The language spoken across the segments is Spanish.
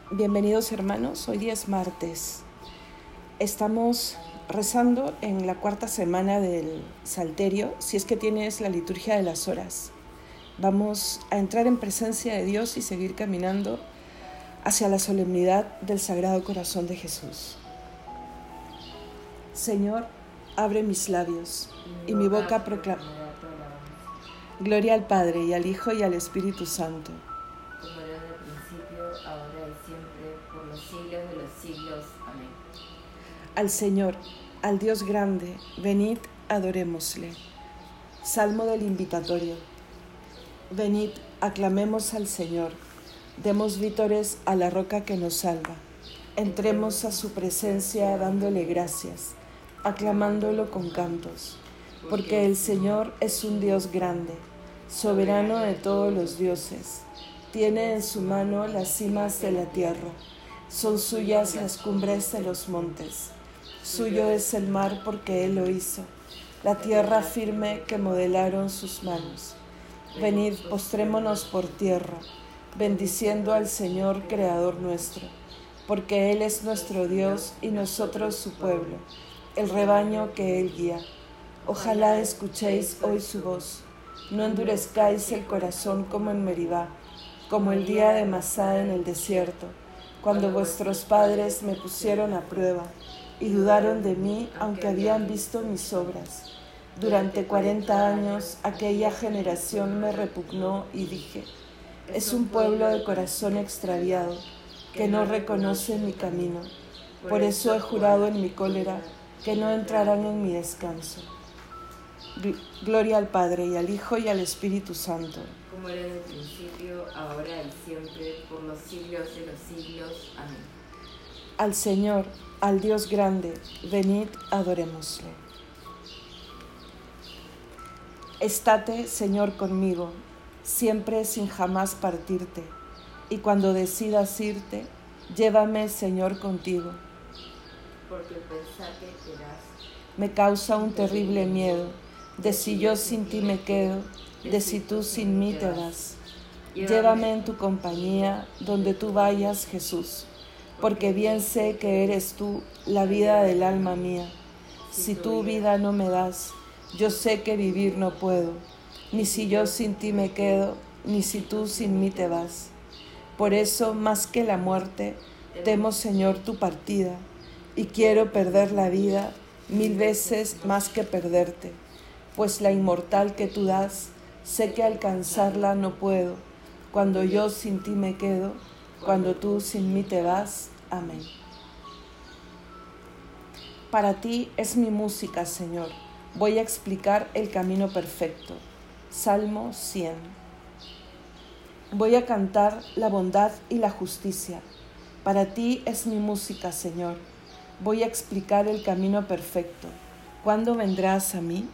Bienvenidos hermanos, hoy día es martes. Estamos rezando en la cuarta semana del Salterio, si es que tienes la liturgia de las horas. Vamos a entrar en presencia de Dios y seguir caminando hacia la solemnidad del Sagrado Corazón de Jesús. Señor, abre mis labios y mi boca proclama. Gloria al Padre y al Hijo y al Espíritu Santo. Como era en el principio, ahora y siempre, por los siglos de los siglos. Amén. Al Señor, al Dios grande, venid, adorémosle. Salmo del invitatorio. Venid, aclamemos al Señor, demos vítores a la roca que nos salva. Entremos a su presencia dándole gracias, aclamándolo con cantos, porque el Señor es un Dios grande, soberano de todos los dioses. Tiene en su mano las cimas de la tierra, son suyas las cumbres de los montes. Suyo es el mar porque Él lo hizo, la tierra firme que modelaron sus manos. Venid, postrémonos por tierra, bendiciendo al Señor, Creador nuestro, porque Él es nuestro Dios y nosotros su pueblo, el rebaño que Él guía. Ojalá escuchéis hoy su voz, no endurezcáis el corazón como en Meribá, como el día de Masá en el desierto, cuando vuestros padres me pusieron a prueba y dudaron de mí aunque habían visto mis obras. Durante 40 años aquella generación me repugnó y dije, es un pueblo de corazón extraviado, que no reconoce mi camino. Por eso he jurado en mi cólera que no entrarán en mi descanso. Gloria al Padre y al Hijo y al Espíritu Santo. Como era en el principio, ahora y siempre, por los siglos de los siglos. Amén. Al Señor, al Dios grande, venid, adorémosle. Estate, Señor, conmigo, siempre sin jamás partirte, y cuando decidas irte, llévame, Señor, contigo. Porque pensar que irás Me causa un terrible miedo, de si yo sin ti me quedo, de si tú sin mí te vas. Llévame en tu compañía, donde tú vayas, Jesús, porque bien sé que eres tú la vida del alma mía. Si tú vida no me das, yo sé que vivir no puedo, ni si yo sin ti me quedo, ni si tú sin mí te vas. Por eso, más que la muerte, temo, Señor, tu partida, y quiero perder la vida 1000 veces más que perderte, pues la inmortal que tú das, sé que alcanzarla no puedo, cuando yo sin ti me quedo, cuando tú sin mí te vas. Amén. Para ti es mi música, Señor. Voy a explicar el camino perfecto. Salmo 100. Voy a cantar la bondad y la justicia. Para ti es mi música, Señor. Voy a explicar el camino perfecto. ¿Cuándo vendrás a mí?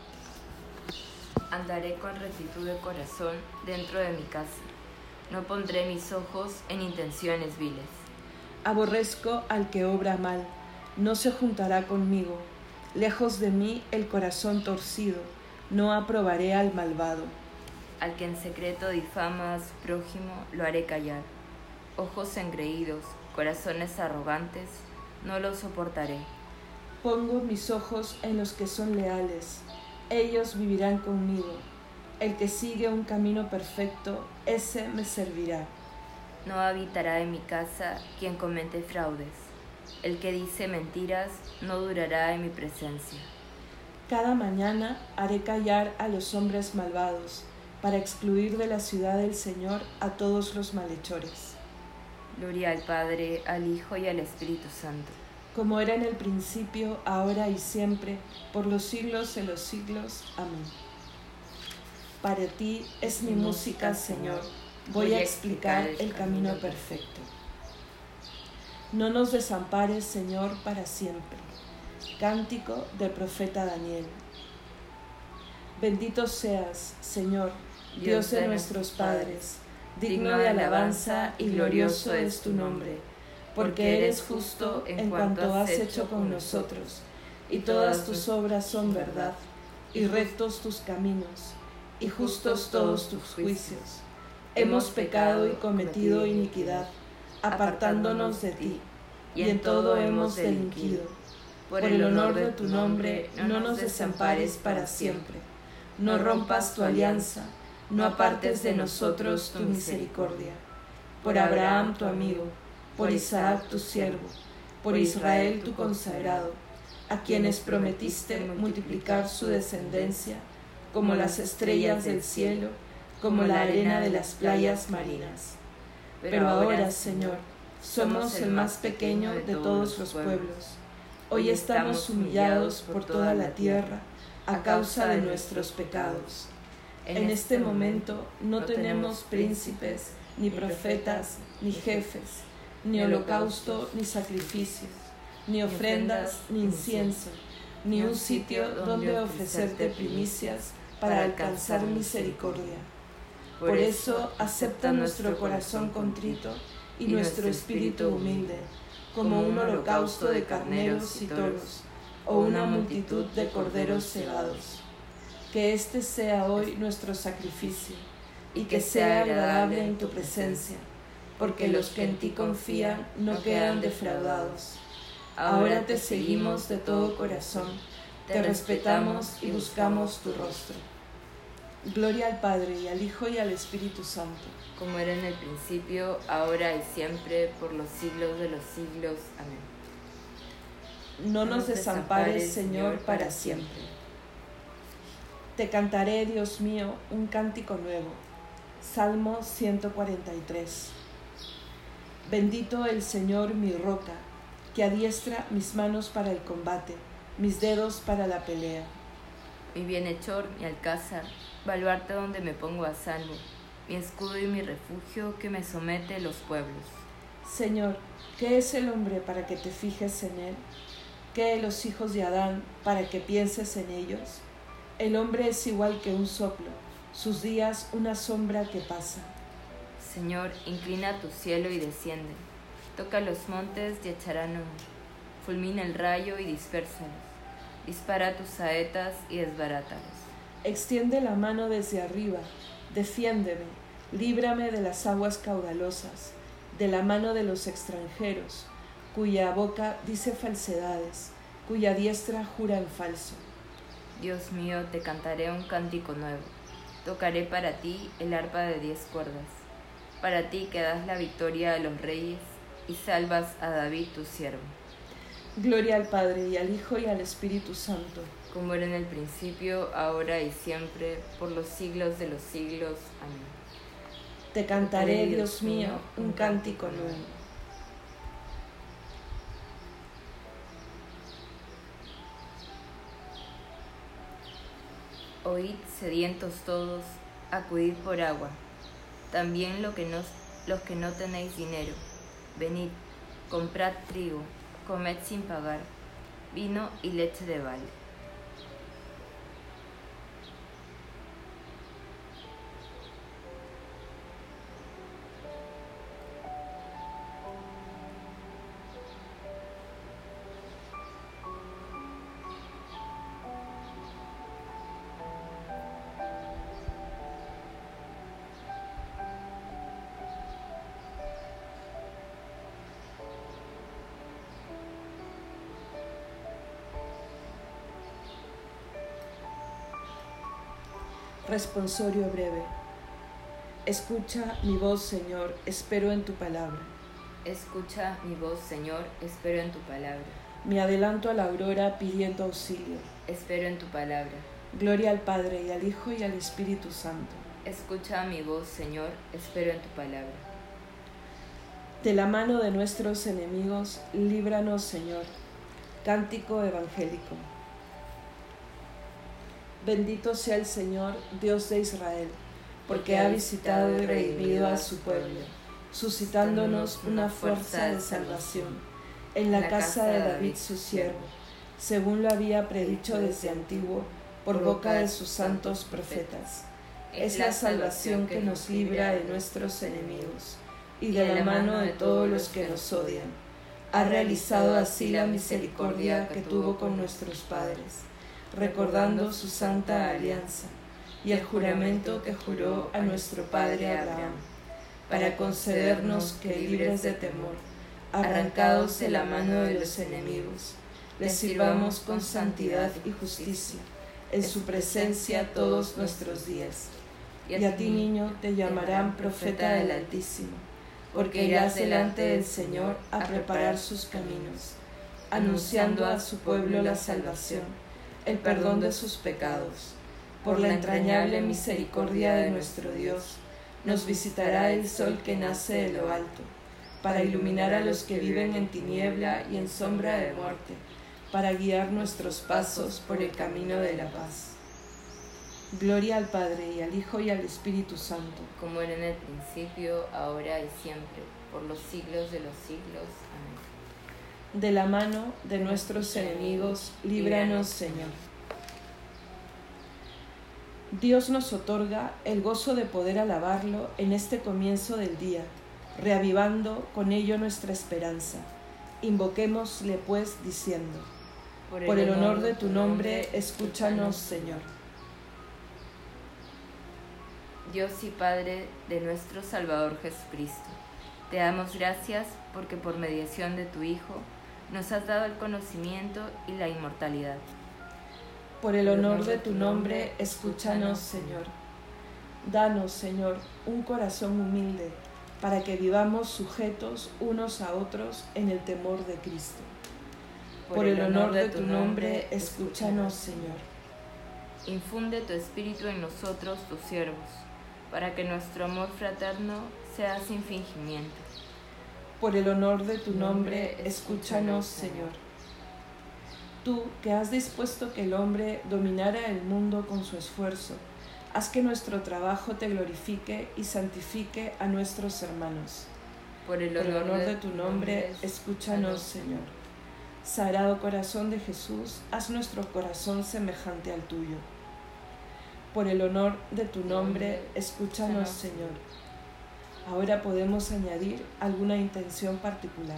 Andaré con rectitud de corazón dentro de mi casa. No pondré mis ojos en intenciones viles. Aborrezco al que obra mal. No se juntará conmigo. Lejos de mí el corazón torcido. No aprobaré al malvado. Al que en secreto difama a su prójimo, lo haré callar. Ojos engreídos, corazones arrogantes, no los soportaré. Pongo mis ojos en los que son leales. Ellos vivirán conmigo. El que sigue un camino perfecto, ese me servirá. No habitará en mi casa quien comete fraudes. El que dice mentiras no durará en mi presencia. Cada mañana haré callar a los hombres malvados, para excluir de la ciudad del Señor a todos los malhechores. Gloria al Padre, al Hijo y al Espíritu Santo. Como era en el principio, ahora y siempre, por los siglos de los siglos. Amén. Para ti es mi música, Señor. Voy a explicar el camino perfecto. No nos desampares, Señor, para siempre. Cántico del profeta Daniel. Bendito seas, Señor, Dios de nuestros padres, digno de alabanza y glorioso es tu nombre, porque eres justo en cuanto has hecho con nosotros, y todas tus obras son verdad, y rectos tus caminos, y justos todos tus juicios. Hemos pecado y cometido iniquidad, apartándonos de ti, y en todo hemos delinquido. Por el honor de tu nombre, no nos desampares para siempre. No rompas tu alianza, no apartes de nosotros tu misericordia. Por Abraham tu amigo, por Isaac tu siervo, por Israel tu consagrado, a quienes prometiste multiplicar su descendencia, como las estrellas del cielo, como la arena de las playas marinas. Pero ahora, Señor, somos el más pequeño de todos los pueblos. Hoy estamos humillados por toda la tierra a causa de nuestros pecados. En este momento no tenemos príncipes, ni profetas, ni jefes, ni holocausto, ni sacrificios, ni ofrendas, ni incienso, ni un sitio donde ofrecerte primicias para alcanzar misericordia. Por eso acepta nuestro corazón contrito y nuestro espíritu humilde, como un holocausto de carneros y toros, o una multitud de corderos cebados. Que este sea hoy nuestro sacrificio, y que sea agradable en tu presencia, porque los que en ti confían no quedan defraudados. Ahora te seguimos de todo corazón, te respetamos y buscamos tu rostro. Gloria al Padre, y al Hijo, y al Espíritu Santo. Como era en el principio, ahora y siempre, por los siglos de los siglos. Amén. No nos desampares, Señor, para siempre. Te cantaré, Dios mío, un cántico nuevo. Salmo 143. Bendito el Señor, mi roca, que adiestra mis manos para el combate, mis dedos para la pelea. Mi bienhechor, mi alcázar, baluarte donde me pongo a salvo, mi escudo y mi refugio que me somete los pueblos. Señor, ¿qué es el hombre para que te fijes en él? ¿Qué los hijos de Adán para que pienses en ellos? El hombre es igual que un soplo, sus días una sombra que pasa. Señor, inclina tu cielo y desciende, toca los montes y echarán humo, fulmina el rayo y dispérsalos, dispara tus saetas y desbarátalos. Extiende la mano desde arriba, defiéndeme, líbrame de las aguas caudalosas, de la mano de los extranjeros, cuya boca dice falsedades, cuya diestra jura en falso. Dios mío, te cantaré un cántico nuevo, tocaré para ti el arpa de 10 cuerdas, para ti que das la victoria a los reyes y salvas a David tu siervo. Gloria al Padre, y al Hijo, y al Espíritu Santo. Como era en el principio, ahora y siempre, por los siglos de los siglos. Amén. Te cantaré, Dios mío, un cántico nuevo. Oíd, sedientos todos, acudid por agua. También los que no tenéis dinero, venid, comprad trigo, comed sin pagar, vino y leche de balde. Responsorio breve. Escucha mi voz, Señor, espero en tu palabra. Escucha mi voz, Señor, espero en tu palabra. Me adelanto a la aurora pidiendo auxilio. Espero en tu palabra. Gloria al Padre, y al Hijo, y al Espíritu Santo. Escucha mi voz, Señor, espero en tu palabra. De la mano de nuestros enemigos, líbranos, Señor. Cántico evangélico. Bendito sea el Señor, Dios de Israel, porque ha visitado y redimido a su pueblo, suscitándonos una fuerza de salvación en la casa de David su siervo, según lo había predicho desde antiguo por boca de sus santos profetas. Es la salvación que nos libra de nuestros enemigos y de la mano de todos los que nos odian. Ha realizado así la misericordia que tuvo con nuestros padres, recordando su santa alianza y el juramento que juró a nuestro padre Abraham, para concedernos que, libres de temor, arrancados de la mano de los enemigos, les sirvamos con santidad y justicia, en su presencia todos nuestros días. Y a ti, niño, te llamarán profeta del Altísimo, porque irás delante del Señor a preparar sus caminos, anunciando a su pueblo la salvación, el perdón de sus pecados. Por la entrañable misericordia de nuestro Dios, nos visitará el sol que nace de lo alto, para iluminar a los que viven en tiniebla y en sombra de muerte, para guiar nuestros pasos por el camino de la paz. Gloria al Padre, y al Hijo, y al Espíritu Santo, como era en el principio, ahora y siempre, por los siglos de los siglos. Amén. De la mano de nuestros enemigos, líbranos, Señor. Dios nos otorga el gozo de poder alabarlo en este comienzo del día, reavivando con ello nuestra esperanza. Invoquémosle pues diciendo: por el honor de tu nombre, escúchanos, Señor. Dios y Padre de nuestro Salvador Jesucristo, te damos gracias porque por mediación de tu Hijo nos has dado el conocimiento y la inmortalidad. Por el honor de tu nombre, escúchanos, Señor. Danos, Señor, un corazón humilde, para que vivamos sujetos unos a otros en el temor de Cristo. Por el honor de tu nombre, escúchanos, Señor. Infunde tu Espíritu en nosotros, tus siervos, para que nuestro amor fraterno sea sin fingimiento. Por el honor de tu nombre, escúchanos, Señor. Tú, que has dispuesto que el hombre dominara el mundo con su esfuerzo, haz que nuestro trabajo te glorifique y santifique a nuestros hermanos. Por el honor de tu nombre, escúchanos, Señor. Sagrado Corazón de Jesús, haz nuestro corazón semejante al tuyo. Por el honor de tu nombre, escúchanos, Señor. Ahora podemos añadir alguna intención particular.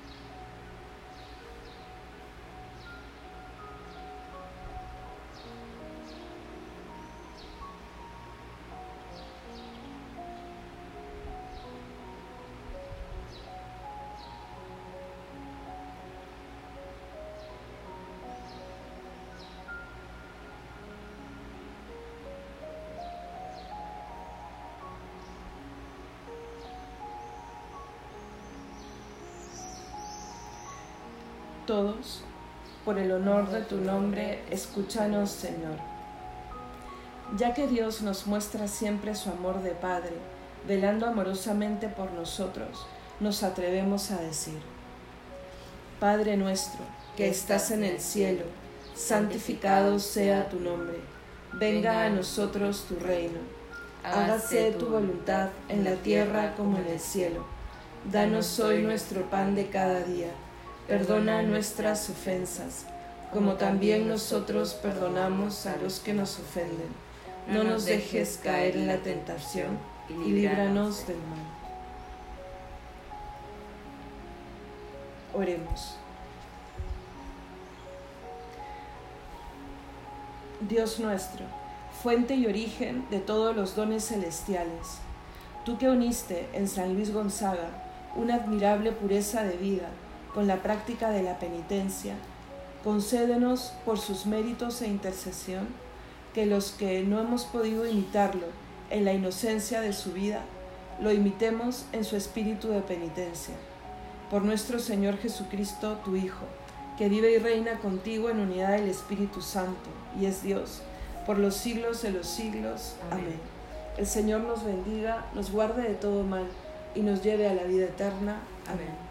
Todos, por el honor de tu nombre, escúchanos, Señor. Ya que Dios nos muestra siempre su amor de Padre, velando amorosamente por nosotros, nos atrevemos a decir: Padre nuestro, que estás en el cielo, santificado sea tu nombre. Venga a nosotros tu reino. Hágase tu voluntad en la tierra como en el cielo. Danos hoy nuestro pan de cada día. Perdona nuestras ofensas, como también nosotros perdonamos a los que nos ofenden. No nos dejes caer en la tentación y líbranos del mal. Oremos. Dios nuestro, fuente y origen de todos los dones celestiales, tú que uniste en San Luis Gonzaga una admirable pureza de vida con la práctica de la penitencia, concédenos por sus méritos e intercesión que los que no hemos podido imitarlo en la inocencia de su vida, lo imitemos en su espíritu de penitencia. Por nuestro Señor Jesucristo, tu Hijo, que vive y reina contigo en unidad del Espíritu Santo, y es Dios, por los siglos de los siglos. Amén. El Señor nos bendiga, nos guarde de todo mal, y nos lleve a la vida eterna. Amén.